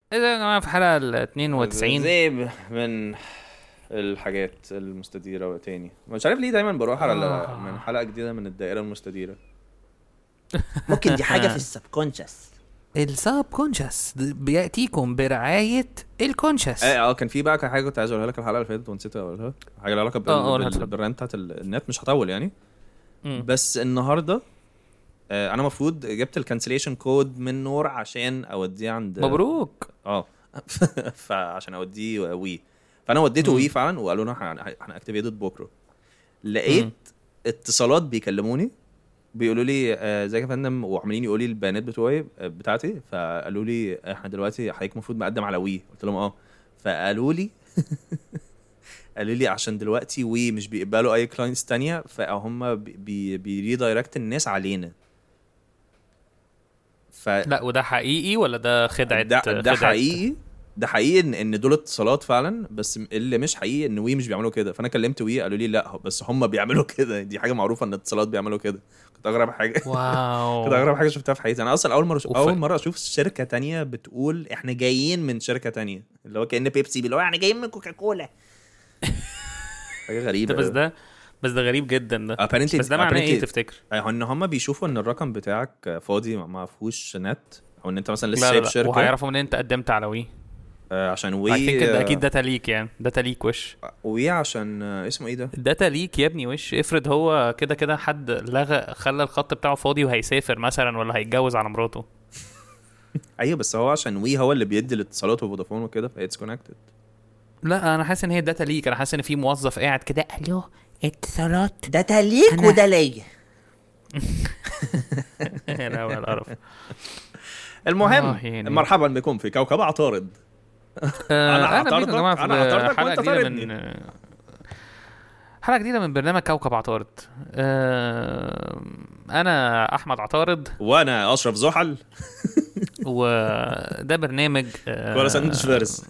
اذا يا جماعه في الحلقه ال 92 زي من الحاجات المستديرة وتاني مش عارف ليه دايما بروح على من حلقة جديدة من الدائرة المستديرة. ممكن دي حاجة في السبكونشس. السب كونشس بياتيكم برعايه الكونشس. كان في بقى حاجة كنت عايز اقولها لك الحلقة اللي فاتت ونسيت اقولها، حاجة لها علاقة بالرنت بتاعت النت، مش هطول يعني. بس النهارده انا مفروض جبت الكانسليشن كود من نور عشان اوديه عند مبروك. فعشان اوديه وي، فانا وديته وي فعلا وقالوا لنا هنأكتيفيتد بكره. لقيت اتصالات بيكلموني بيقولوا لي ازيك يا فندم، وعمالين يقولوا لي البيانات بتاعتي، فقالوا لي احنا دلوقتي حضرتك المفروض مقدم على وي. قلت لهم فقالوا لي قالوا لي عشان دلوقتي وي مش بيقبلوا اي كلاينتس تانية، فهم بيريدايركت الناس علينا. لا وده حقيقي ولا ده خدعه؟ ده حقيقي، ده حقيقي ان دول اتصالات فعلا، بس اللي مش حقيقي ان وي مش بيعملوا كده. فانا كلمت وي قالوا لي لا بس هم بيعملوا كده، دي حاجه معروفه ان اتصالات بيعملوا كده. كنت اغرب حاجه واو كنت اغرب حاجه شفتها في حياتي. انا اصلا اول مره اشوف شركه تانية بتقول احنا جايين من شركه تانية، اللي هو كأن بيبسي اللي هو احنا جايين من كوكاكولا. حاجه غريبه. بس ده غريب جدا ده. بس ده معناه ايه تفتكر؟ ان هم بيشوفوا ان الرقم بتاعك فاضي ما فيهوش نت، او ان انت مثلا لسه سايب شركه، وهيعرفوا ان انت قدمت على وي. عشان وي ده اكيد داتا ليك، يعني داتا ليك وش وي عشان اسمه ايه ده، داتا ليك يا ابني وش. افرض هو كده حد خلى الخط بتاعه فاضي وهيسافر مثلا ولا هيتجوز على مراته. ايوه بس هو عشان وي هو اللي بيدي الاتصالات وفودافون وكده فايتس كونكتد. لا انا حاسس ان هي داتا ليك. انا حاسس ان في موظف قاعد كده الو اتصالات داتا ليك وده ليا. لا ولا القرف. المهم مرحبا بكم في كوكب عطارد. انا بيكم يا جماعه في حلقه جديده من برنامج كوكب عطارد. انا احمد عطارد وانا اشرف زحل وده برنامج كل ساندوتش فارس.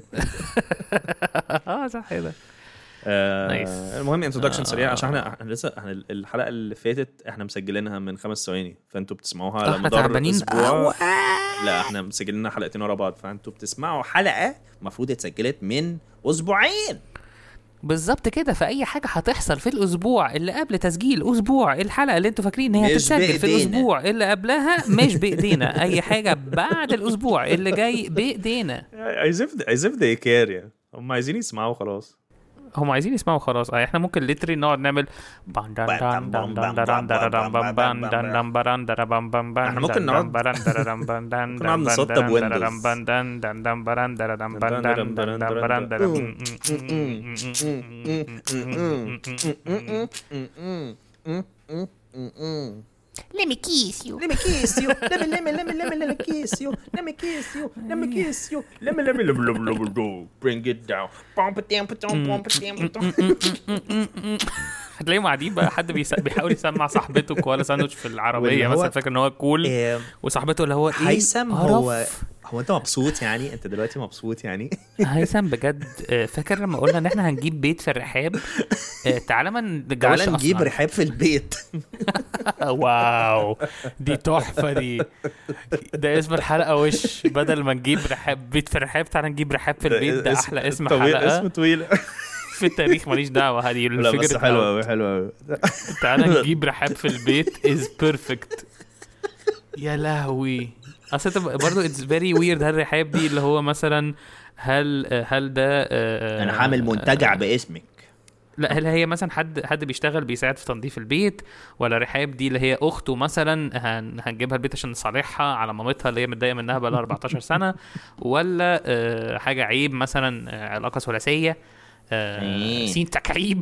صح كده. المهم انترودكشن سريع عشان احنا لسه الحلقه اللي فاتت احنا مسجلينها من 5 ثواني، فانتوا بتسمعوها على مدار اسبوع. لا احنا مسجلينها حلقتين ورا بعض، فانتوا بتسمعوا حلقه المفروض اتسجلت من اسبوعين بالظبط كده. فاي حاجه هتحصل في الاسبوع اللي قبل تسجيل اسبوع الحلقه اللي انتوا فاكرين ان هي هتتسجل في الاسبوع اللي قبلها مش بايدينا. اي حاجه بعد الاسبوع اللي جاي بايدينا. عايزين ده كاريا، هم عايزين يسمعوا خلاص. احنا ممكن ليتري نقعد نعمل احنا ممكن نقعد نسطب ويندوز. Let me kiss you. Let me kiss you. Let me kiss you. Let me kiss you. Let me kiss you. Let me bring it down. هتلاقيهم قاعدين بقى حد بيحاول يسمع صاحبته كوالا ساندوتش في العربيه مثلا، فاكر ان هو كول وصاحبته اللي هو هيثم. هو انت مبسوط يعني؟ انت دلوقتي مبسوط يعني؟ هيثم بجد. فاكر لما قلنا ان احنا هنجيب بيت في الرحاب؟ تعالى ما نجيب رحاب في البيت. واو دي تحفه دي. ده اسم الحلقه وش. بدل ما نجيب رحاب بيت في الرحاب تعالى نجيب رحاب في البيت. ده احلى اسم حلقه. اسم طويل في التاريخ، ماليش دعوه. هذه الفكره بس حلوه. تعالى نجيب رحاب في البيت از بيرفكت. يا لهوي. اصلا برضو اتس فيري ويرد. هل الرحاب دي اللي هو مثلا هل ده انا حامل منتجع باسمك؟ لا، هل هي مثلا حد بيشتغل بيساعد في تنظيف البيت، ولا رحاب دي اللي هي اخته مثلا هنجيبها البيت عشان نصالحها على مامتها اللي هي متضايقه منها بقى لها 14 سنه، ولا حاجه عيب مثلا علاقه ثلاثيه سين تكعيب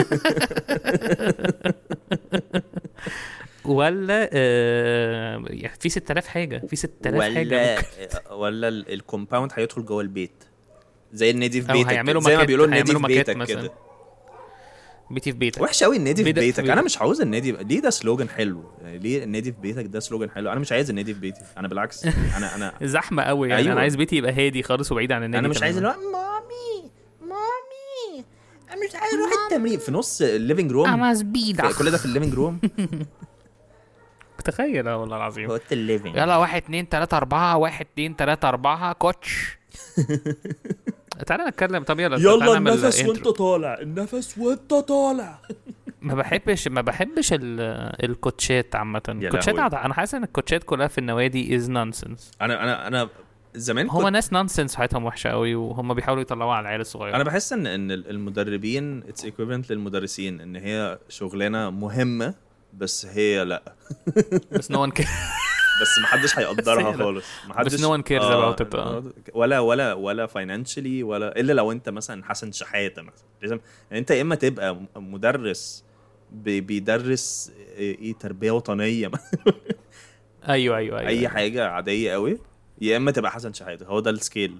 ولا في 6000 حاجه. في 6000 حاجه ولا الكومباوند هيدخل جوه البيت زي النادي في بيتك، زي ما بيقولوا النادي في بيتك كده. بيتي في بيتك وحش قوي النادي في بيتك. انا مش عاوز النادي. ليه ده سلوجان حلو يعني؟ ليه النادي في بيتك ده سلوجان حلو؟ انا مش عايز النادي في بيتي. انا بالعكس انا زحمه قوي يعني. أيوة. انا عايز بيتي يبقى هادي خالص وبعيد عن النادي. انا مش عايز مامي انا مش عايز اروح التمرين في نص الليفنج روم. I'm as big. كل ده في الليفنج روم. تخيل والله العظيم. هوت الليفينج. يلا 1 2 3 4 1 2 3 4 كوتش. تعالى نتكلم. طب يلا يلا النفس وانت طالع، النفس وانت طالع. ما بحبش الكوتشات عامه. الكوتشات انا حاسس ان الكوتشات كلها في النوادي از نونسنس. انا زمان هو ناس نونسنس حياتهم وحشه قوي وهم بيحاولوا يطلعوها على العيال الصغيره. انا بحس ان المدربين اتس ايكويفالنت للمدرسين، ان هي شغلانه مهمه بس هي لا بس نو ون كير. بس محدش هيقدرها خالص. محدش بس نو ون كيرز اباوت ات. ولا فاينانشلي ولا الا لو انت مثلا حسن شحاته مثلا. لازم يعني انت يا اما تبقى مدرس بيدرس ايه تربيه وطنيه ايوه اي حاجه عاديه قوي، يا اما تبقى حسن شحاته. هو ده السكيل.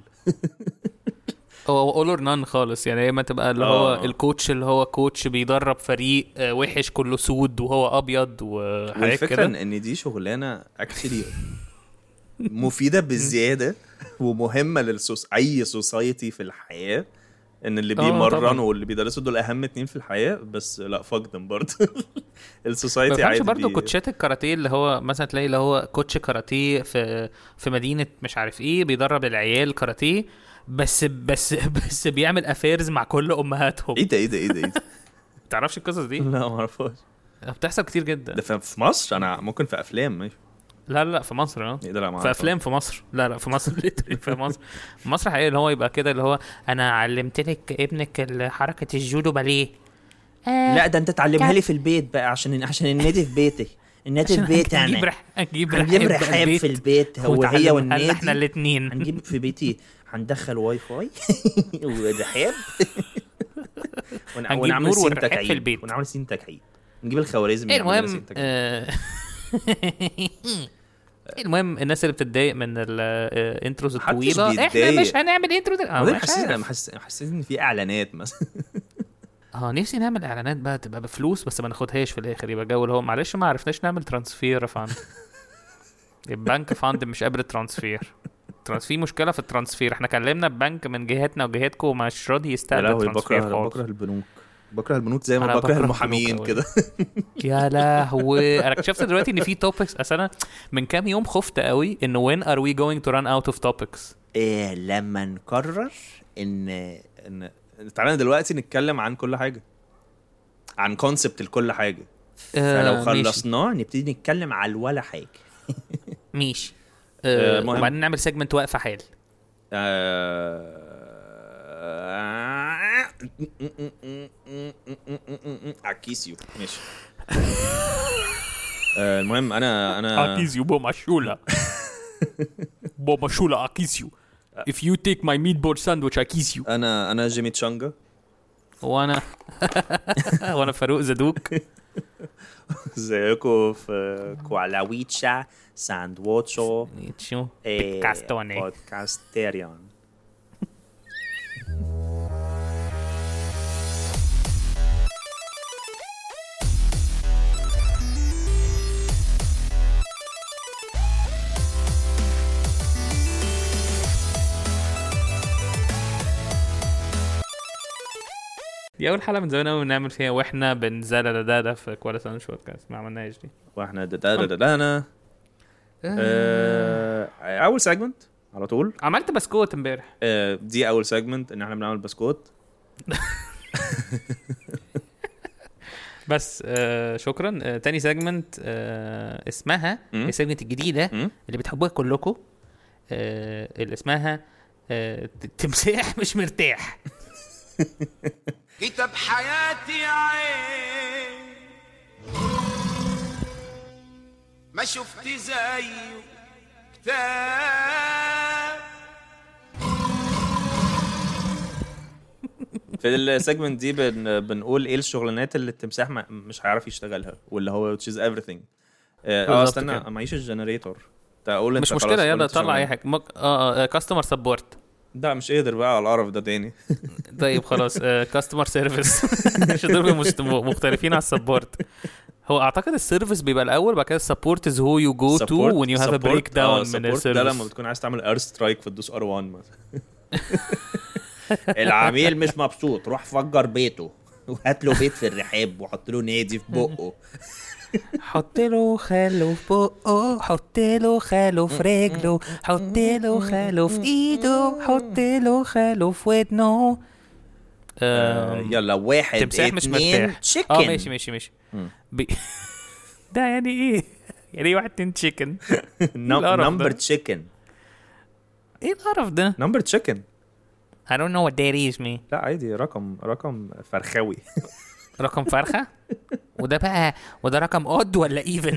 هو اول اور نان خالص يعني. يا اما تبقى اللي هو الكوتش اللي هو كوتش بيدرب فريق وحش كله سود وهو ابيض وحاجات كده. والفكره ان دي شغلانه اكشلي مفيده بزياده ومهمه اي سوسايتي في الحياه. ان اللي بيمرنوا واللي بيدرسوا دول اهم اتنين في الحياه. بس لا فقدم برضه السوسايتي عادي. برضه كوتشات الكاراتيه اللي هو مثلا تلاقي اللي هو كوتش كاراتيه في مدينه مش عارف ايه بيدرب العيال كاراتيه بس بيعمل افيرز مع كل امهاتهم. ايه ده تعرفش القصص دي؟ لا ما اعرفهاش. بتحصل كتير جدا. ده في مصر. انا ممكن في افلام ماشي. لا في مصر ايه ده؟ لا في افلام في مصر. لا في مصر في مصر حقيقي اللي هو يبقى كده اللي هو انا علمت لك ابنك حركه الجودو باليه. لا ده انت تعلمها لي في البيت بقى عشان النادي في بيتي. النادي في بيتي يعني هنجيب رحاب في البيت. هي والنادي احنا الاثنين هنجيب في بيتي. هندخل واي فاي ورحاب ونعمل سين تكعيب في البيت. ونعمل سين تكعيب. نجيب الخوارزمي. المهم الناس اللي بتتضايق من الانتروز الطويله احنا مش هنعمل انترو. حسيت ان في اعلانات مثلا. نفسي نعمل اعلانات بقى تبقى بفلوس بس ما ناخدهاش في الاخر. يبقى جو اللي هو معلش ما عرفناش نعمل ترانسفير فاند. البنك فاند مش قابل الترانسفير. في مشكله في الترانسفير. احنا كلمنا البنك من جهتنا وجهتكم ومش راضي يستقبل الترانسفير. بكره البنوك زي ما بكره المحامين كده. يا لهوي انا اكتشفت دلوقتي ان في توبكس اصلا من كام يوم خفت قوي انه when are we going to run out of topics. لما نقرر ان تعالى دلوقتي نتكلم عن كل حاجه، عن كونسبت لكل حاجه. فلو خلصناه نبتدي نتكلم على ولا حاجه. ماشي. وبعدين نعمل سيجمنت واقفه حال. عكيسيو ماشي. المهم انا عكيسيو بومشولا عكيسيو. if you take my meatball sandwich عكيسيو. انا جيمي تشانجا. وانا فاروق زدوك. ازيكم في كوالاويتشا ساندويتشو بودكاستيريان. دي اول حلقه من زمان قوي بنعمل فيها واحنا بنزل ده في كوالا ساندويتش بودكاست. ما عملناش دي واحنا انا اول سيجمنت على طول عملت بسكوت امبارح. دي اول سيجمنت ان احنا بنعمل بسكوت. بس شكرا. تاني سيجمنت اسمها السيجمنت الجديده اللي بتحبوها كلكم اللي اسمها تمساح مش مرتاح. كتاب حياتي عين ما شفت زيه كتاب. في السيجمنت دي بنقول ايه الشغلانات اللي التمساح مش هيعرف يشتغلها واللي هو which is everything. استنى معيش الجنريتور. مش مشكله يلا طلع اي حاجه. كاستمر سبورت ده مش قادر بقى على القرف ده تاني. طيب خلاص كاستمر سيرفيس. مش دول مختلفين على السبورت. هو اعتقد السيرفيس بيبقى الاول بعد كده السبورت از هو يو جو تو when you have a breakdown من السيرفيس. ده لما بتكون عايز تعمل اير سترايك فتدوس R1 مثلا. العميل مش مبسوط روح فجر بيته وهات له بيت في الرحاب وحط له نادي في بقه. حط له خاله في بقه، حط له خاله في رجله، حط له خاله في ايده، حط له خاله في ودنه. يلا 1 تمساح مش 2 مرتاح. chicken. ماشي ده يعني ايه؟ يعني ايه 1 2 تشيكن؟ نمبر تشيكن. ايه القرف ده؟ نمبر تشيكن. I don't know what that is me. لا عادي، رقم فرخاوي. رقم فرخة. وده رقم اود ولا ايفن؟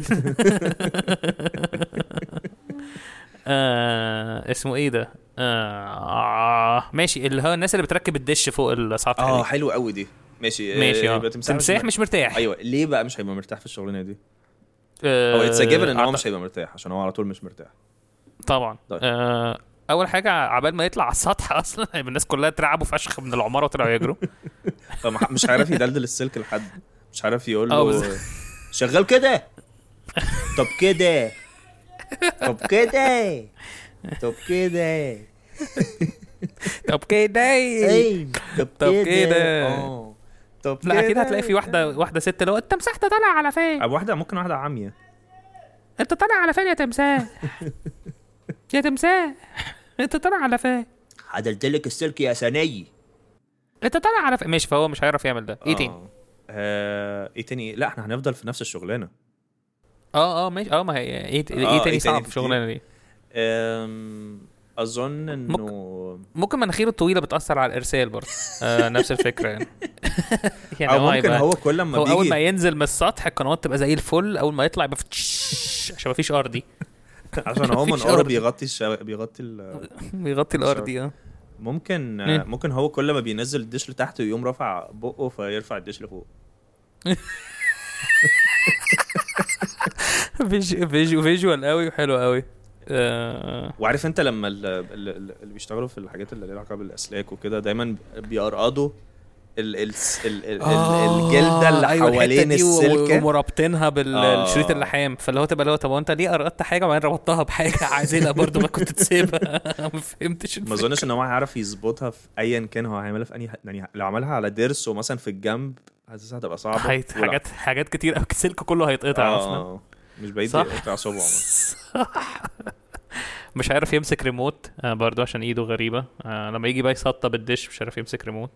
اسمه ايه ده؟ ماشي، اللي هو الناس اللي بتركب الدش فوق السطح دي. حلو قوي دي. ماشي يبقى تمساح مش مرتاح. ايوه، ليه بقى مش هيبقى مرتاح في الشغلانه دي؟ هو اتسجل ان هو مش هيبقى مرتاح عشان هو على طول مش مرتاح طبعا. اول حاجه عبال ما يطلع على السطح اصلا هيبقى الناس كلها ترعبوا فشخ من العماره وطلعوا يجروا. مش عارف يدلدل السلك لحد، مش عارف يقول له شغال كده، طب كده، طب كده، طب كده، طب كده، طب كده. طب لا اكيد هتلاقي في واحده ست لو انت مسحت طالع على فين. ممكن واحده عاميه، انت طالع على فين يا تمساح؟ يا تمساح انت طالع على فين؟ عدلتلك السلك يا سني. انت طالع على فين؟ ماشي، فهو مش هيعرف يعمل ده. ايه تاني؟ ايه تاني؟ لا احنا هنفضل في نفس الشغلانه. ماشي. ما هي ايه تاني صعب في الشغلانه دي؟ اظن انه ممكن مناخيره الطويله بتاثر على الارسال برضه. نفس الفكره يعني. يعني ممكن هو كل ما بيجي اول ما ينزل من السطح القنوات تبقى زي الفل، اول ما يطلع يبقى عشان ما فيش ارضي. عشان هو من قرب بيغطي الارضي. ممكن هو كل ما بينزل الدش لتحت ويقوم رافع بقه فيرفع الدش لفوق. فيجوال قوي وحلو قوي. وعارف انت لما اللي بيشتغلوا في الحاجات اللي ليها علاقه بالاسلاك وكده دايما بيقرقضوا الجلده اللي حوالين السلكه ومربطينها بالشريط اللحام، فاللي هو تبقى طب انت ليه قرقدت حاجه وبعدين ربطتها بحاجه عازله برضو ما كنت تسيبها؟ ما فهمتش. ما اظنش ان هو هيعرف يظبطها في ايا كان هو هيعملها في يعني لو عملها على ضرس ومثلا في الجنب حاسسها هتبقى صعبه. حاجات كتير قوي، السلك كله هيتقطع اصلا. مش بعيد يقطع صبعه. مش عارف يمسك ريموت برضو عشان ايده غريبه. لما يجي بقى يسطب الدش مش عارف يمسك ريموت.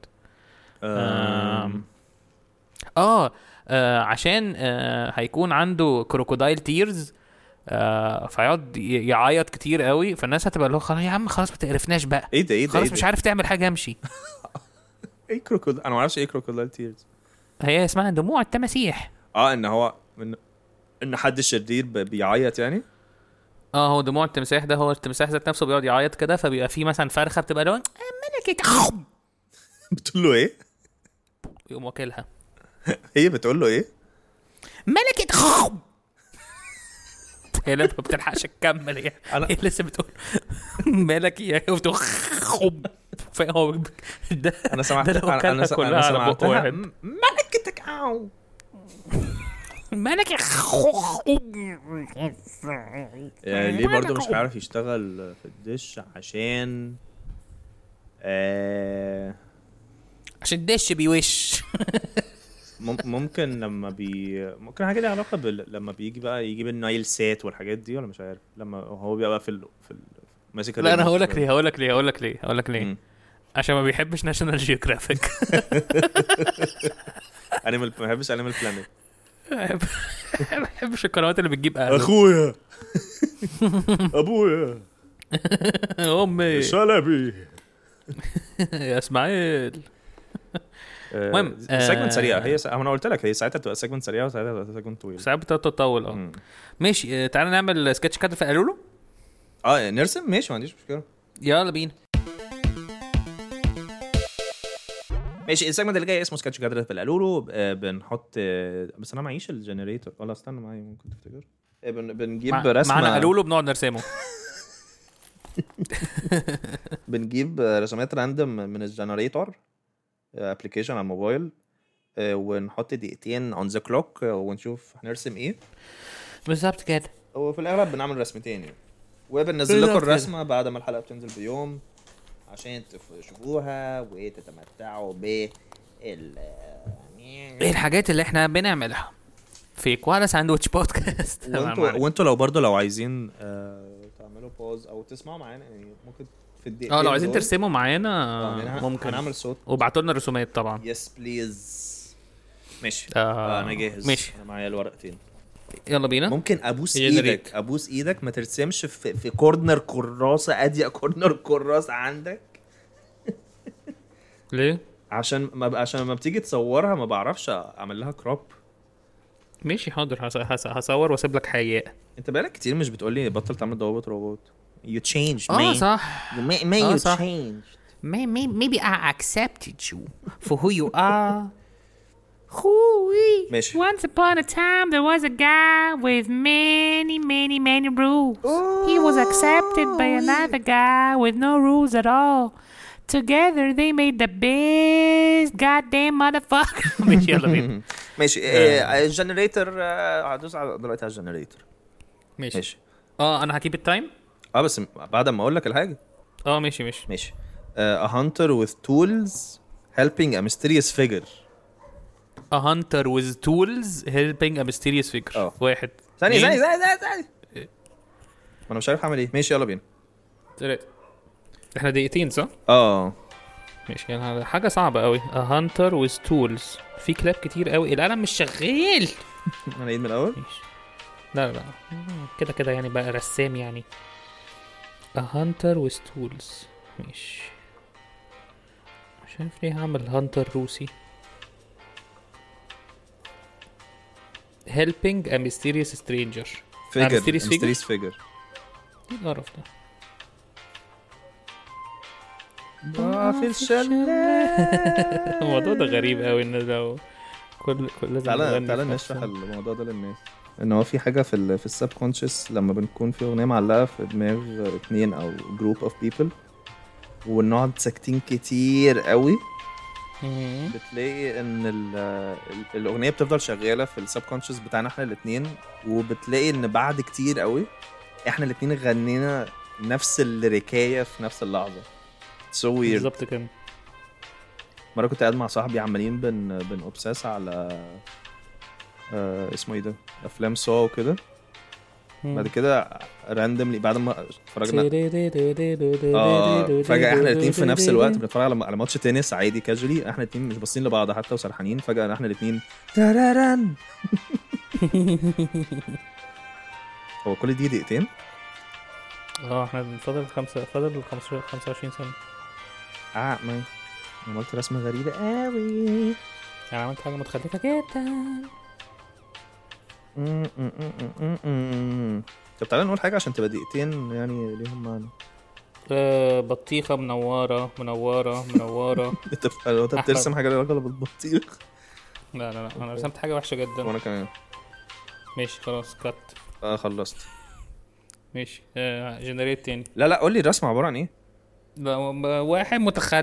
عشان هيكون عنده كروكودايل تيرز، فيقعد يعيط كتير قوي، فالناس هتبقى له خلاص يا عم خلاص ما تقرفناش بقى. ايه ده خلاص مش عارف تعمل حاجه امشي. ايه كروكودايل؟ انا ما اعرفش ايه كروكودايل تيرز. هي اسمها دموع التماسيح. ان هو ان حد شرير بيعيط يعني. هو دموع التمساح ده، هو التمساح ذات نفسه بيقعد يعيط كده، فبيبقى في مثلا فرخه بتبقى له ملكه بتقول له ايه؟ يقوم واكلها. هي بتقول له ايه؟ ملكه هي لما بتلحقش تكمل يعني. هي لسه بتقول مالك يا بتخب. فهو ده انا سمعت انا كلها على بق واحد. ملكتك مالك ليه برضو مش عارف يشتغل في الدش عشان عشان الدش بيوش. ممكن لما ممكن حاجه ليها علاقه لما بيجي بقى يجيب النايل سات والحاجات دي، ولا مش عارف لما هو بيبقى في ماسك. لا انا هقول لك ليه عشان ما بيحبش ناشونال جيوغرافيك. ما بحبش انيمال بلانيت. ما بحبش القنوات اللي بتجيب اهله. اخويا ابويا امي شلبي يا اسماعيل. المهم سيجمنت سريع. انا قلت لك هي ساعتها تبقى سيجمنت سريع وساعتها تبقى سيجمنت طويل. ساعات بتطول. ماشي تعالى نعمل سكتش كات في قالولو. نرسم ماشي، ما عنديش مشكله. يلا بينا. ماشي السيجمنت اللي جاي اسمه سكتش كات في قالولو. بنحط بس انا معيش الجنريتور ولا استنى معايا ممكن تفتكر. بنجيب رسمه معنا قالولو بنقعد نرسمه. بنجيب رسومات راندوم من الجنريتور ابلكيشن على الموبايل، ونحط دقيقتين اون ذا كلوك ونشوف هنرسم ايه بالظبط كده. وفي الاغلب بنعمل رسمتين يعني، وبننزل لكم الرسمه بعد ما الحلقه بتنزل بيوم عشان تشوفوها وتتمتعوا ايه الحاجات اللي احنا بنعملها في كوالا ساندويتش بودكاست. وانتوا لو برضو لو عايزين تعملوا باوز او تسمعوا معانا يعني ممكن في الدقيقتين لو عايزين دول. ترسموا معانا يعني ممكن هنعمل صوت. وبعتوا لنا رسومات طبعا. يس بليز. ماشي. انا جاهز. ماشي. انا معايا الورقتين. يلا بينا. ممكن ابوس جنريت. ايدك ما ترسمش في كورنر كراسه اضيق كورنر كراسه عندك ليه؟ عشان ما بتيجي تصورها ما بعرفش اعمل لها كروب. ماشي حاضر. هصور واسيب لك حقيقة. انت بقالك كتير مش بتقولي بطل تعمل ضوابط روبوت. You changed man. صح. you صح. changed. Maybe I accepted you for who you are. Hooey. ماشي. Once upon a time there was a guy with many rules. He was accepted by another guy with no rules at all. Together they made the best goddamn motherfucker. ماشي يلا بينا. ماشي. الجنريتور هدوس دلوقتي على الجنريتور. ماشي. انا هكيب التايم. بس بعد ما اقول لك الحاجه. ماشي. A hunter with tools helping a mysterious figure. A hunter with tools helping a mysterious figure. واحد. ثاني. ما انا مش عارف اعمل ايه. ماشي يلا بينا. احنا دقيقتين صح؟ ماشي. يعني حاجة صعبة قوي. A hunter with tools. في كلاب كتير قوي. القلم مش شغال. انا عيد من الاول. ماشي. لا كده يعني بقى رسام يعني. A hunter with tools. ماشي. مش عارف ليه هعمل هانتر روسي. helping a mysterious stranger. mysterious figure. ايه القرف ده؟ في الشلال. الموضوع ده غريب قوي ان لو كل تعالى نشرح الموضوع ده للناس. ان هو في حاجه في السب كونشس لما بنكون في اغنيه معلقه في دماغ اتنين او جروب اوف بيبل ونقعد ساكتين كتير قوي بتلاقي ان الاغنيه بتفضل شغاله في السب كونشس بتاعنا احنا الاثنين وبتلاقي ان بعد كتير قوي احنا الاثنين غنينا نفس الليريكيه في نفس اللحظه. so weird. بالظبط كده. مره كنت قاعد مع صاحبي عمالين بن اوبساس على اسمه ايه ده افلام سو وكده. بعد كده راندملي بعد ما اتفرجنا فجأة احنا الاثنين في نفس الوقت بنتفرج على ماتش تنس عادي كاجولي. احنا الاثنين مش باصين لبعض حتى وسرحانين. فجأة احنا الاثنين ترارن. هو كل دي دقيقتين. احنا فاضل 25 سنة. ما عملت رسمة غريبة قوي. يعني عملت حاجة متخلفة جدا. طب تعالى نقول حاجة عشان تبقى دقيقتين يعني ليهم معنى. بطيخة منورة. انت بترسم حاجة ليها علاقة بالبطيخ؟ لا انا رسمت حاجة وحشة جدا. وانا كمان. ماشي خلاص كات. خلصت. ماشي. جنريت تاني. لا قول لي الرسمة عبارة عن ايه؟ واحد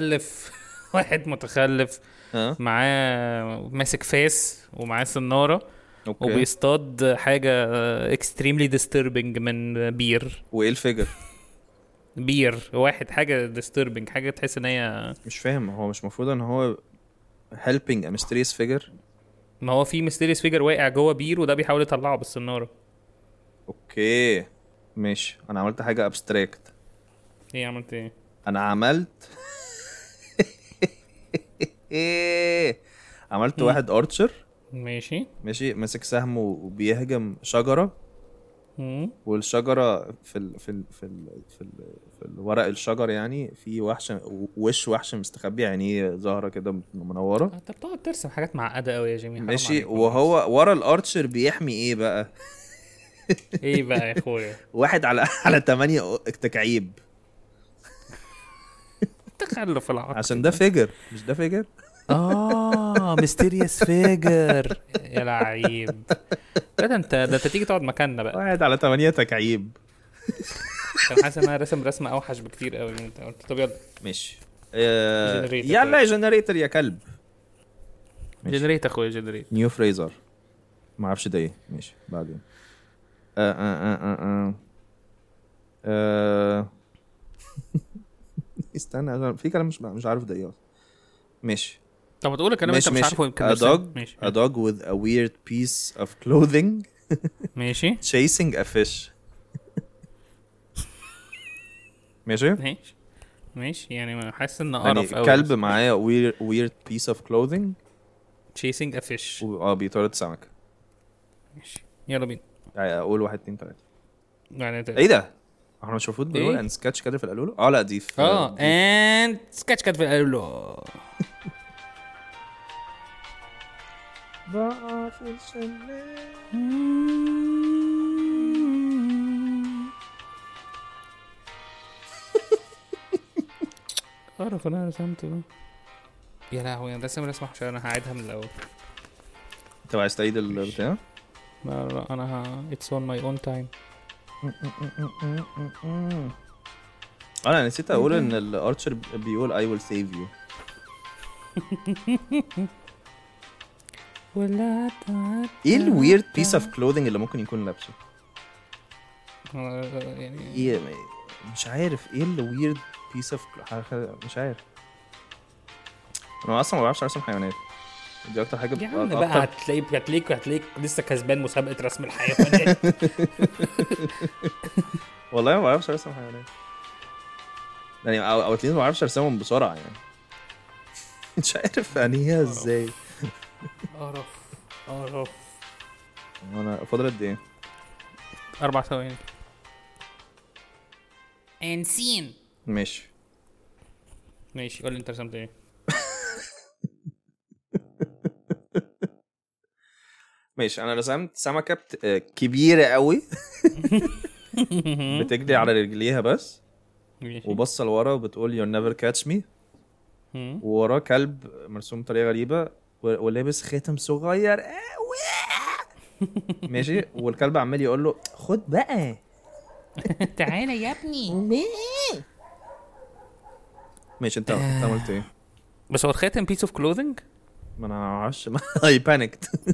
متخلف معاه ماسك فاس ومعاه سنارة. أوكي. وبيصطاد حاجة extremely disturbing من بير. وايه الفيجر؟ بير واحد حاجة disturbing حاجة تحس ان هي مش فاهم. هو مش مفروض ان هو helping a mysterious figure؟ ما هو في mysterious figure واقع جوه بير وده بيحاول يطلعه بالسنارة. اوكي ماشي. انا عملت حاجة abstract. ايه عملت ايه؟ انا عملت عملت واحد ارشر. ماشي ماسك سهم وبيهجم شجرة. والشجرة في الورق الشجر يعني في وحش مستخبي عينيه ظاهرة كده منورة. انت بتقعد ترسم حاجات معقدة قوي يا جيمي. ماشي. وهو ورا الارشر بيحمي ايه بقى؟ ايه بقى يا اخويا؟ واحد على 8 تكعيب. تخلف العقل. عشان ده فيجر مش ده فيجر. ميستيريوس فيجر يا لعيب. ده انت تيجي تقعد مكاننا بقى. واحد على 8 تكعيب. كان حاسس ان انا رسمه اوحش بكتير قوي. انت قلت طب يلا ماشي. يلا يا جنريتور يا كلب. جنريت اخويا جنريت. نيو فريزر ما اعرفش ده ايه. ماشي بعدين. استنى عشان في كلام مش عارف ده ايه. ماشي. طب ما تقول الكلام انت مش عارفه يمكن a dog with a weird piece of clothing ماشي chasing a fish. ماشي ماشي يعني ما حاسس ان يعني قرف قوي. كلب معاه weird piece of clothing chasing a fish. بيطارد سمكة. ماشي يلا بينا. اقول 1 2 3 يعني ايه ده؟ احنا مش المفروض بنقول إيه؟ ان سكتش كده في القالولو. لا دي في and sketch كات في القالولو. عارف انا رسمت ده يا لهوي. انا رسم رسمه عشان انا هعيدها من الاول. انت عايز تعيد البتاع؟ لا انا it's on my own time. انا نسيت اقول ان الارشر بيقول I will save you. ايه الويرد بيس اوف كلوذينج اللي ممكن يكون لابسه؟ يعني ايه مش عارف ايه الويرد بيس اوف مش عارف. انا اصلا ما بعرفش ارسم حيوانات. دي اكتر حاجه يا عم بقى هتلاقيك لسه كسبان مسابقه رسم الحيوانات. والله ما بعرفش ارسم حيوانات يعني او اتنين ما بعرفش ارسمهم بسرعه يعني. مش عارف يعني هي ازاي. قرف. انا فاضل قد ايه؟ 4 ثواني. انسين. ماشي قول لي انت رسمت ايه. ماشي انا رسمت سمكه كبيره قوي بتجري على رجليها بس وبصه لورا وبتقول you'll never catch me. ووراه كلب مرسوم بطريقه غريبه ولابس خاتم صغير ماشي. والكلب عمال يقول له خد بقى تعالى يا ابني. ماشي انت عملت ايه؟ بس هو الخاتم piece of clothing. ما انا معرفش I panicked.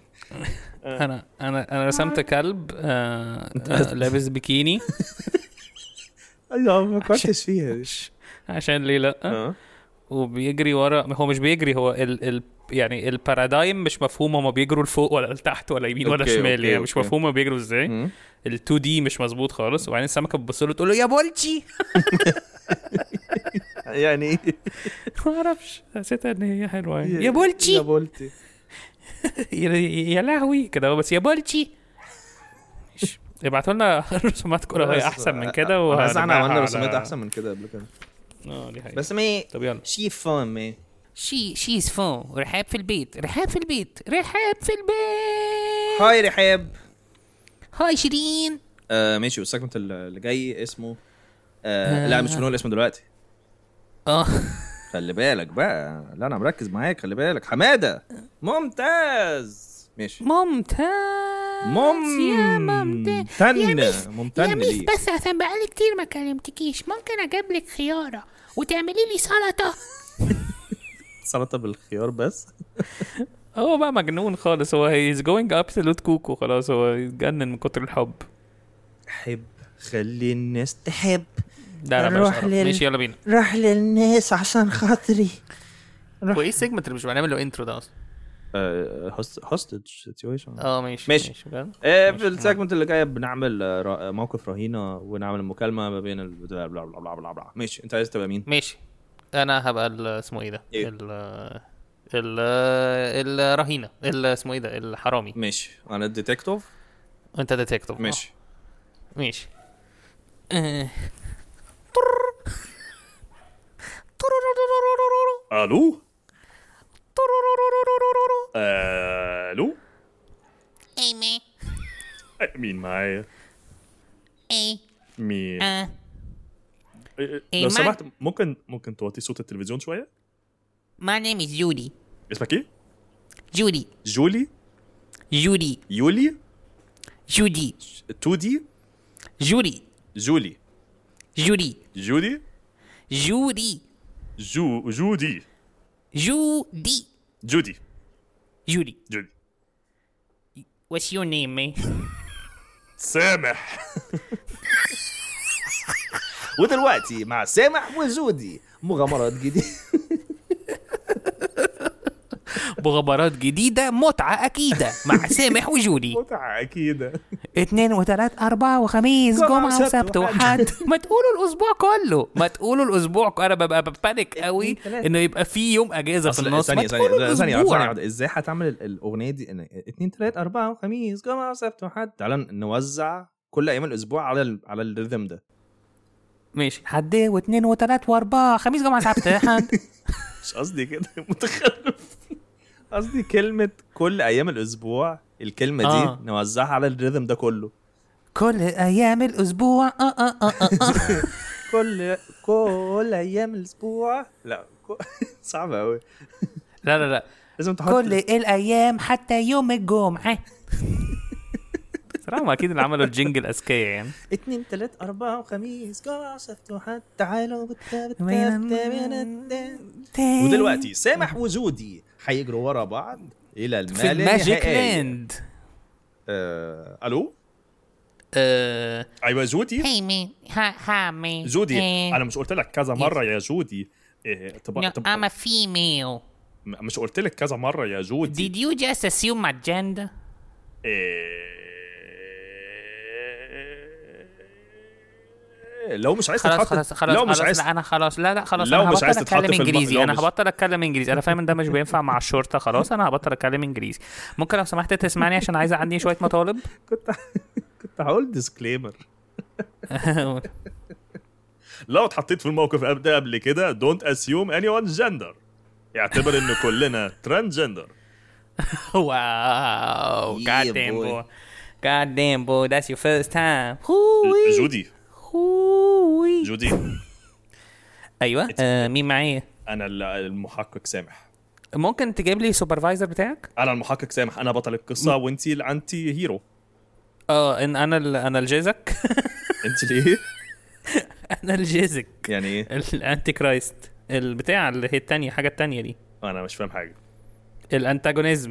انا رسمت كلب لابس بيكيني. ايوه ما فكرتش فيها عشان ليه لا. وبيجري ورا. هو مش بيجري هو يعني البارادايم مش مفهوم. هما بيجروا لفوق ولا لتحت ولا يمين ولا شمال يعني مش مفهوم هما بيجروا ازاي. ال2D مش مظبوط خالص. وبعدين السمكه بتبص له تقول له يا بولتي. يعني ايه؟ ما اعرفش حسيتها ان هي حلوه يا بولتي يا لهوي كده بس يا بولتي. ابعتوا لنا رسومات كرويه احسن من كده. بس احنا عملنا رسومات احسن من كده قبل كده. دي حقيقة. بس مي طب يلا شي فون مي شيز فون. رحاب في البيت. هاي رحاب. هاي شيرين. ماشي. والسيجمنت اللي جاي اسمه لا مش بنقول اسمه دلوقتي. خلي بالك بقى. لا انا مركز معاك. خلي بالك حماده. ممتاز. ماشي ممتن لي. بس عشان بقالي كتير ما كلمتكيش ممكن اجيب لك خياره وتعملي لي سلطه بالخيار بس. هو بقى مجنون خالص. هو he's going absolute كوكو خلاص. هو يتجنن من كتر الحب. حب خلي الناس تحب. لا ماشي يلا بينا. راح للناس عشان خاطري. هو ايه السيجمنت اللي مش بنعمل له انترو ده اصلا؟ hostage situation. ماشي في السيجمنت اللي جاي بنعمل موقف رهينه ونعمل مكالمه ما بين بلا بلا بلا بلا بلا. ماشي انت عايز تبقى مين؟ ماشي انا هبقى اسمه ايه ده الرهينه اسمه ايه ده الحرامي. ماشي انا الديتكتيف انت ديتكتيف. ماشي الو اي مين معايا؟ مين؟ لو سمحت ممكن توطي صوت التلفزيون شويه؟ My name is Judy. اسمك ايه؟ جودي. جولي؟ جودي. يولي؟ جودي. تودي؟ جودي. جولي. جودي. جودي؟ جودي. جودي. جودي. جودي. جودي. جودي. What's your name, man? سامح. ودلوقتي مع سامح وجودي مغامرات جديدة. مغامرات جديدة، متعة أكيدة مع سامح وجودي. متعة أكيد. 2 و3 4 وخميس جمعة وسبت وحد. ما تقولوا الأسبوع كله، ما تقولوا الأسبوع. أنا ببقى ببانيك قوي إنه يبقى في يوم أجازة في النص. ما تقولوا الأسبوع. ازاي هتعمل الأغنية دي؟ 2 3 4 وخميس جمعة وسبت وحد. تعالى نوزع كل أيام الأسبوع على الريذم ده. ماشي، حد واثنين وثلاث واربعة خميس جمعة سبت حد. مش قصدي كده متخلف. قصدي كلمة كل أيام الأسبوع، الكلمة دي نوزعها على الريذم ده كله. كل أيام الأسبوع كل أيام الأسبوع. لا صعب أوي. لا لازم تحط كل الأيام حتى يوم الجمعة. صراحة ما أكيد اللي عملوا الجينجل أذكياء يعني. 2 3 4 وخميس جمعة وسبت وحد. تعالوا ودلوقتي سامح وجودي هيجروا ورا بعض إلى المال في الماجيك لاند. ألو. أيوة جودي. Hey me, hi me. جودي أنا مش قلت لك كذا مرة يا جودي No, I'm a female. مش قلت لك كذا مرة يا جودي. Did you just assume my gender? لو مش عايز خلاص لو مش عايز لا انا خلاص لا خلاص لو انا مش عايز هبطل تتحط اتكلم في انجليزي. انا مش... هبطل اتكلم انجليزي. انا فاهم ان ده مش بينفع مع الشرطه. خلاص انا هبطل اتكلم انجليزي. ممكن لو سمحت تسمعني عشان عايز عندي شويه مطالب. كنت هقول ديسكليمر. لو اتحطيت في الموقف ده قبل كده don't assume anyone's gender. اعتبر ان كلنا transgender. واو god damn boy that's your first time. جودي ايوه مين معايا؟ انا المحقق سامح. ممكن تجيب لي سوبرفايزر بتاعك؟ انا المحقق سامح، انا بطل القصه وانتي الانتي هيرو. ان انا الجيزك. انت ليه؟ انا الجيزك يعني ايه الانتي كرايست البتاع اللي هي التانية حاجه التانية دي؟ انا مش فاهم حاجه. الانتاجونيزم.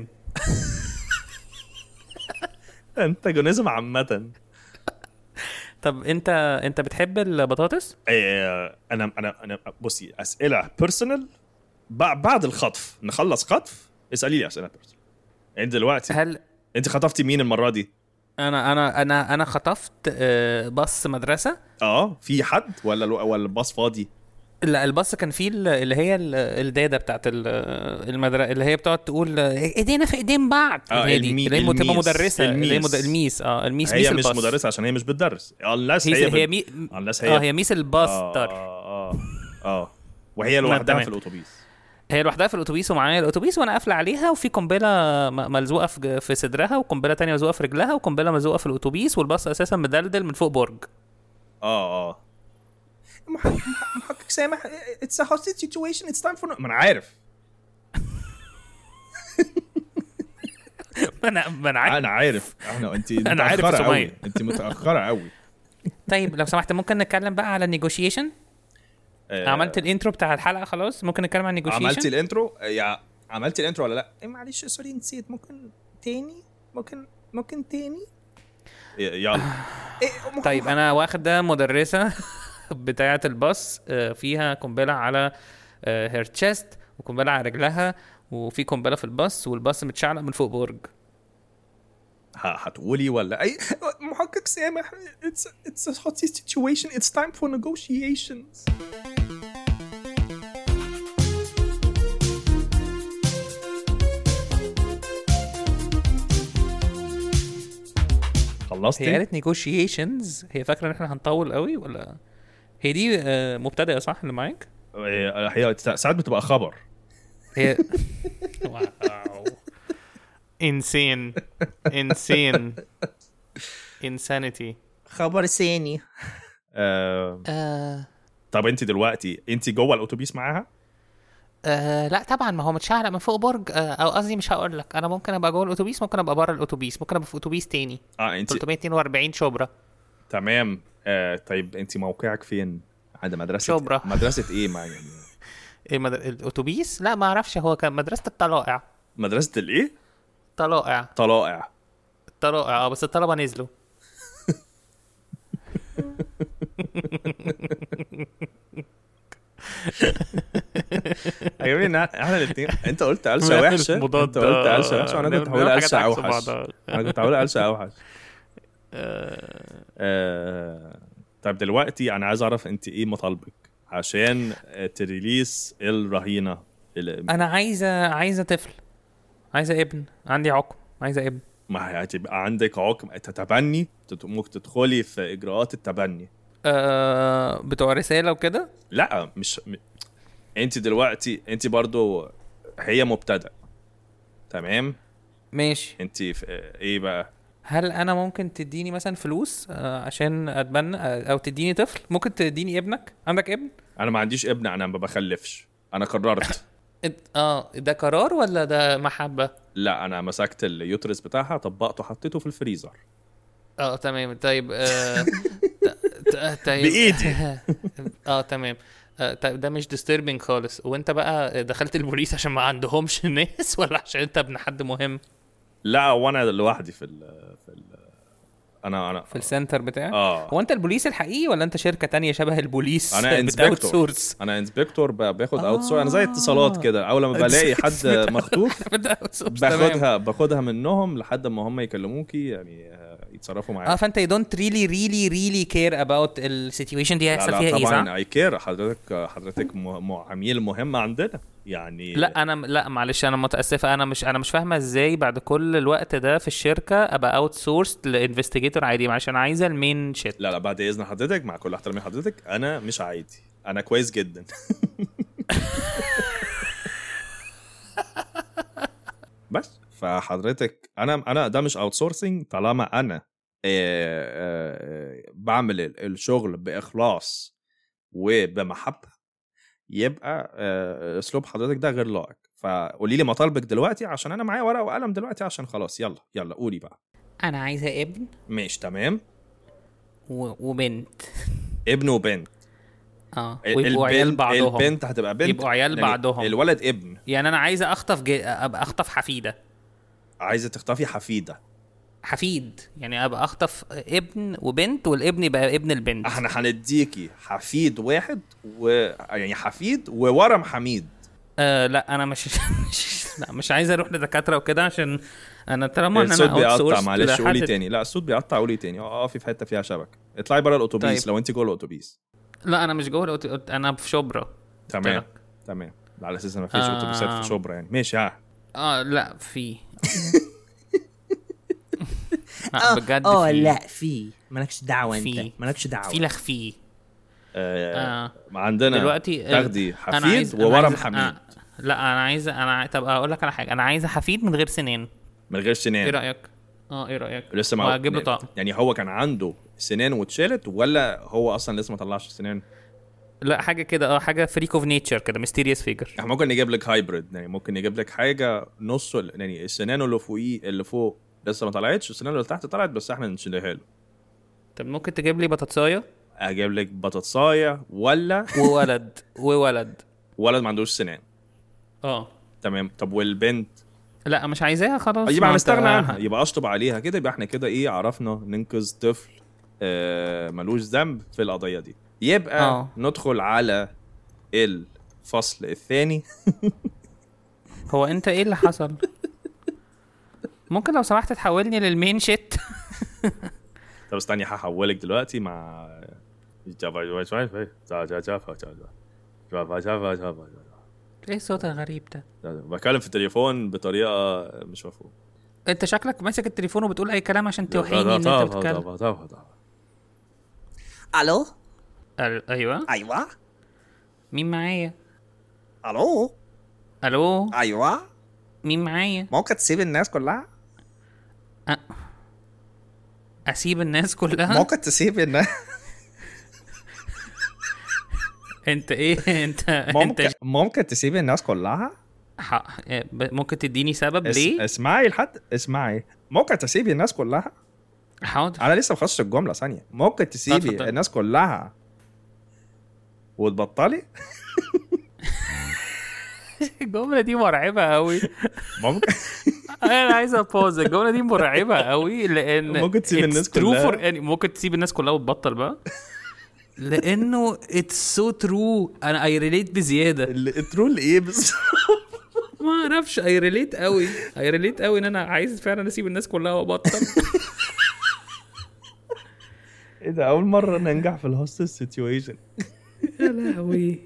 انتاجونيزم عامه. طب انت بتحب البطاطس؟ انا بصي اسئله بيرسونال بعد الخطف. نخلص خطف اسالي لي اسئله بيرسونال. انت دلوقتي هل انت خطفتي مين المره دي؟ انا خطفت باص مدرسه. في حد ولا الباص فاضي؟ لا الباص كان فيه اللي هي الداده بتاعت المدرسه اللي هي بتقعد تقول ايدينا في ايدين بعض. اللي هي تبقى مدرسه الميس. الميس هي ميس مش مدرسه عشان هي مش بتدرس. هي ميس الباستر. وهي لوحدها في الاتوبيس. هي لوحدها في الاتوبيس ومعايا الاتوبيس وانا قافله عليها وفي قنبله ملزوقه في صدرها وقنبله تانية ملزوقه في رجلها وقنبله ملزوقه في الاتوبيس والباص اساسا مدلدل من فوق برج. محقق سامح it's a hostage situation it's time for ما انا عارف. انا عارف انت متاخره قوي. انت متاخره قوي. طيب لو سمحت ممكن نتكلم بقى على النيجوشيشن. عملت الانترو بتاع الحلقه خلاص. ممكن نتكلم عن النيجوشيشن. عملتي الانترو عملتي الانترو ولا لا؟ معلش سوري نسيت. ممكن تاني ممكن تاني يلا. طيب انا واخد ده مدرسه بتاعه الباص فيها قنبله على هير تشيست وقنبله على رجلها وفي قنبله في الباص والباص متشعلق من فوق برج. هتقولي ولا اي محقق سامح it's a hot situation it's time for negotiations. خلصتي؟ هي قالت negotiations. هي فاكره ان احنا هنطول قوي ولا هي دي مبتدئه صح اللي معاك؟ هي ساعات بتبقى خبر. هي واو insane insanity. خبر ثاني. طب انت دلوقتي انت جوه الاتوبيس معاها؟ لا طبعا ما هو متشعلق من فوق برج. او قصدي مش هقول لك. انا ممكن ابقى جوه الاتوبيس ممكن ابقى بره الاتوبيس ممكن ابقى في اتوبيس تاني. انت 342 شبرا. تمام. طيب انت موقعك فين؟ عند مدرسه شبرا. مدرسه ايه معايا؟ ايه الاتوبيس؟ لا ما اعرفش. هو كان مدرسه الطلائع. مدرسه الايه؟ طلائع بس الطلبه نزلوا. عجبني ان احنا الاثنين، انت قلت قلشه وحشه، انت قلت قلشه وحشه وانا كنت هقول قلشه اوحش. انا كنت هقول قلشه اوحش. طيب دلوقتي انا عايز اعرف انت ايه مطالبك عشان تريليس الرهينه. انا عايزه طفل، عايزه ابن، عندي عقم، عايزه ابن. ما هي هتبقى عندك عقم تتبني، ممكن تدخلي في اجراءات التبني بتوع رساله وكده. لا مش انت دلوقتي انت برضو هي مبتدأ، تمام ماشي. انت ايه بقى؟ هل انا ممكن تديني مثلا فلوس عشان اتبنى، او تديني طفل؟ ممكن تديني ابنك؟ عندك ابن؟ انا ما عنديش ابن، انا ما بخلفش، انا قررت. ده قرار ولا ده محبة؟ لا انا مسكت اليوترس بتاعها، طبقته، حطيته في الفريزر. تمام. طيب طيب بايدي. تمام. طيب ده مش disturbing خالص. وانت بقى دخلت البوليس عشان ما عندهمش الناس ولا عشان انت ابن حد مهم؟ لا وانا لوحدي في انا في السنتر بتاعك. هو انت البوليس الحقيقي ولا انت شركة تانية شبه البوليس؟ انا انسبكتور. انا انسبكتور باخد اوت سورس. انا زي اتصالات كده، اول ما بلاقي حد مخطوف باخدها منهم لحد ما هم يكلموكي يعني يتصرفوا معايا. فانت you don't really care about السيتويشن دي هيحصل فيها ايه؟ طبعا اي كير. حضرتك عميل مهم عندنا يعني. لا معلش انا متاسفه، انا مش فاهمه ازاي بعد كل الوقت ده في الشركه ابقى اوت سورس لانفستيجيتور عادي، عشان عايزه المين شيت. لا بعد اذن حضرتك، مع كل احترامي حضرتك، انا مش عادي، انا كويس جدا. بس فحضرتك انا ده مش اوت سورسنج طالما انا بعمل الشغل باخلاص وبمحبه، يبقى اسلوب حضرتك ده غير لائق. فقولي لي مطالبك دلوقتي عشان انا معايا ورقه وقلم دلوقتي، عشان خلاص يلا قولي بقى. انا عايزه ابن. ماشي تمام. وبنت. ابن وبنت. ويبقوا عيال بعضهم. البنت هتبقى بنت، يبقوا عيال يعني بعضهم. الولد ابن. يعني انا عايزه ابقى اخطف حفيده. عايزه تخطفي حفيد يعني ابقى اخطف ابن وبنت، والابن يبقى ابن البنت. احنا هنديكي حفيد واحد يعني حفيد وورم حميد. لا انا مش عايز اروح لدكاتره وكده، عشان انا طالما انا الصوت بيقطع. معلش قولي تاني. لا الصوت بيقطع، قولي تاني. في حته فيها شبكه. اطلعي بره الاتوبيس. طيب. لو انت جوه الاتوبيس. لا انا مش جوه انا في شبرا. تمام على اساس ما فيش اتوبيسات في شبرا يعني. ماشي. لا في بجد لا في. مالكش دعوه انت، مالكش دعوه. في لخفي. عندنا دلوقتي تاخدي حفيد وورم حميد. لا انا طب اقول لك على حاجه. انا عايزه حفيد من غير سنان. ايه رايك؟ ايه رايك؟ لسه ما اجيب له طقم. يعني هو كان عنده سنان واتشالت، ولا هو اصلا لسه ما طلعش سنان؟ لا حاجه كده. حاجه فريك اوف نيتشر كده، ميستيريوس فيجر. احنا ممكن نجيب لك هايبريد، يعني ممكن نجيب لك حاجه نص، يعني السنان اللي فوق لسه ما طلعتش، السنان اللي تحت طلعت بس احنا نشيلها له. طب ممكن تجيب لي بطاطسايه؟ اجيب لك بطاطسايه ولا وولد ما عندوش سنان. تمام. طب والبنت؟ لا مش عايزاها خلاص. يبقى هنستغنى عنها، يبقى اشطب عليها كده. يبقى احنا كده عرفنا ننقذ طفل ملوش ذنب في القضيه دي. يبقى ندخل على الفصل الثاني. هو انت ايه اللي حصل؟ ممكن لو سمحت تحولني للمين شيت؟ طب استني هحولك دلوقتي مع ايه الصوت الغريب ده؟ بكلم في التليفون بطريقه مش مفهومه. انت شكلك ماسك التليفون وبتقول اي كلام عشان توحيني ان انت بتتكلم. الو. ايوه مين معايا؟ الو. ايوه مين معايا؟ ممكن تسيب الناس كلها؟ اسيب الناس كلها؟ ممكن تسيب الناس. انت ايه؟ انت ممكن تسيب الناس كلها؟ ممكن تديني سبب ليه؟ اسمعي ممكن تسيبي الناس كلها؟ حاضر. انا لسه مخلصش الجمله ثانيه. ممكن تسيبي الناس كلها وتبطلي؟ الجمله دي مرعبه قوي. ممكن انا عايز ابوز. الجمله دي مرعبه قوي لان ممكن تسيب الناس كلها. ممكن تسيب الناس كلها وتبطل بقى. لانه اتس سو ترو. انا اي ريليت بزياده. الترول ايه بس؟ ما اعرفش اي ريليت قوي ان انا عايز فعلا اسيب الناس كلها وابطل. ايه ده اول مره ننجح في الهوستس سيتويشن. يا لهوي.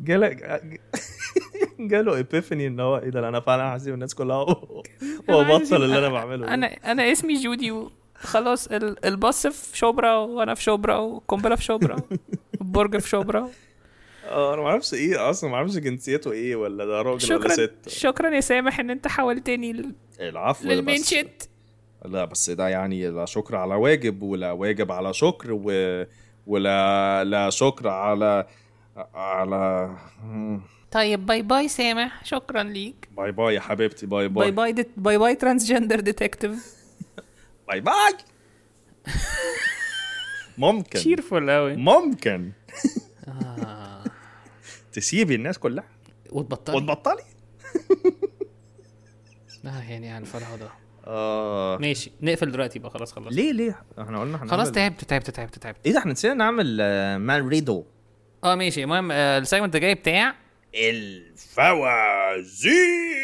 جاله ايبيفاني ان هو ايه ده انا فعلا هسيب الناس كلها وابطل اللي انا بعمله. انا اسمي جودي خلاص. الباص في شبرا وانا في شبرا والقنبله في شبرا والبرج في شبرا. انا ما اعرفش ايه اصلا، ما اعرفش جنسيته ايه ولا ده راجل ولا ست. شكرا يا سامح ان انت حولتني العفو للمنشد. لا بس ده يعني لا شكر على واجب ولا واجب على شكر ولا شكر على طيب باي باي سامح، شكرا ليك. باي باي يا حبيبتي. باي باي باي باي ترانسجندر ديتكتيف. باي باي. ممكن شيرفول قوي. ممكن تسيبي الناس كلها وتبطلي. يعني على الفرح ده. ماشي نقفل دلوقتي بقى. خلاص ليه احنا قلنا خلاص تعبت. ايه ده احنا نسينا نعمل مان ريدو. ماشي. المهم السيجمنت الجاي بتاع الفوازير.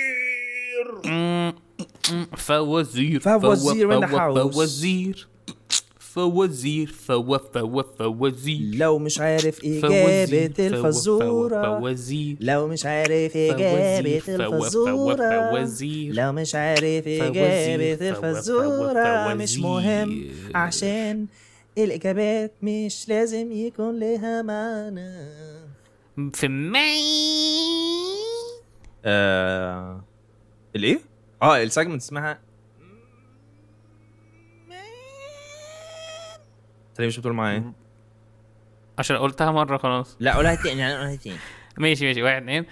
فوازير لو مش عارف إجابة الفزورة، لو مش عارف إجابة الفزورة، لو مش عارف إجابة الفزورة مش مهم، عشان الإجابات مش لازم يكون لها معنى. في الايه؟ السيجمنت اسمها انت مش بتقول معايا عشان قلتها مره خلاص. لا قولها تاني. ماشي 1 2.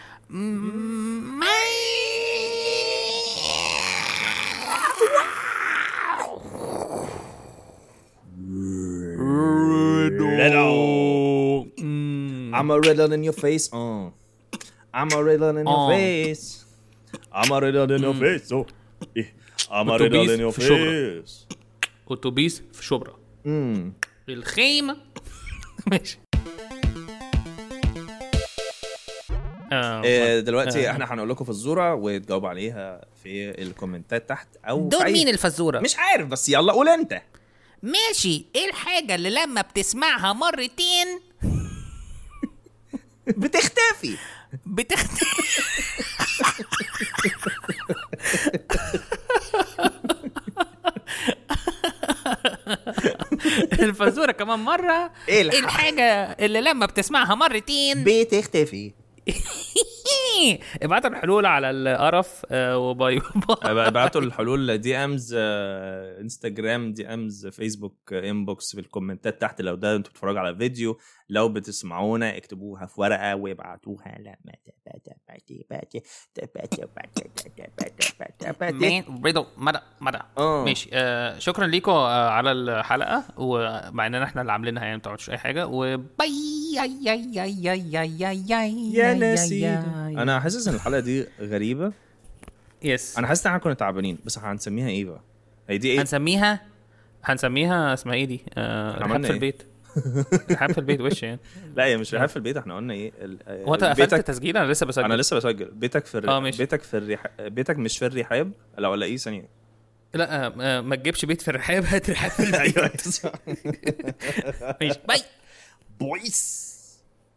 I'm a riddle in your face. I'm a riddle in your face. I'm a riddle in your face. I'm a riddle in your face. أوتوبيس في شبرا. الخيمة. ماشي. دلوقتي احنا هنقول لكم فزورة وتجاوب عليها في الكومنتات تحت او دول مين الفزورة؟ مش عارف بس يلا قول انت. ماشي. ايه الحاجة اللي لما بتسمعها مرتين بتختفي؟ الفزورة كمان مرة. ايه الحاجة اللي لما بتسمعها مرتين بتختفي؟ ابعتوا الحلول على القرف وباي. ابعتوا الحلول دي امز انستجرام، دي امز فيسبوك، انبوكس في الكومنتات تحت. لو ده انتوا بتتفرجوا على فيديو، لو بتسمعونا اكتبوها في ورقه وابعتوها لما ماشي. شكرا لكم على الحلقه، ومع اننا احنا اللي عاملينها يعني ما تعملوش اي حاجه. وباي يا ناسي. انا حاسس ان الحلقه دي غريبه. يس انا حاسس ان احنا كنا تعبانين، بس هنسميها ايه بقى؟ هي دي ايه؟ هنسميها اسمها ايه دي؟ رحاب في البيت. رحاب في البيت وش يعني. لا هي مش رحاب في البيت. احنا قلنا ايه؟ هو انت قفلت التسجيل؟ انا لسه بسجل. بيتك في بيتك مش في الرحاب. لا ولا ايه ثانيه؟ لا ما تجيبش بيت في الرحاب، هات رحاب في البيت. ايوه ماشي باي بويس.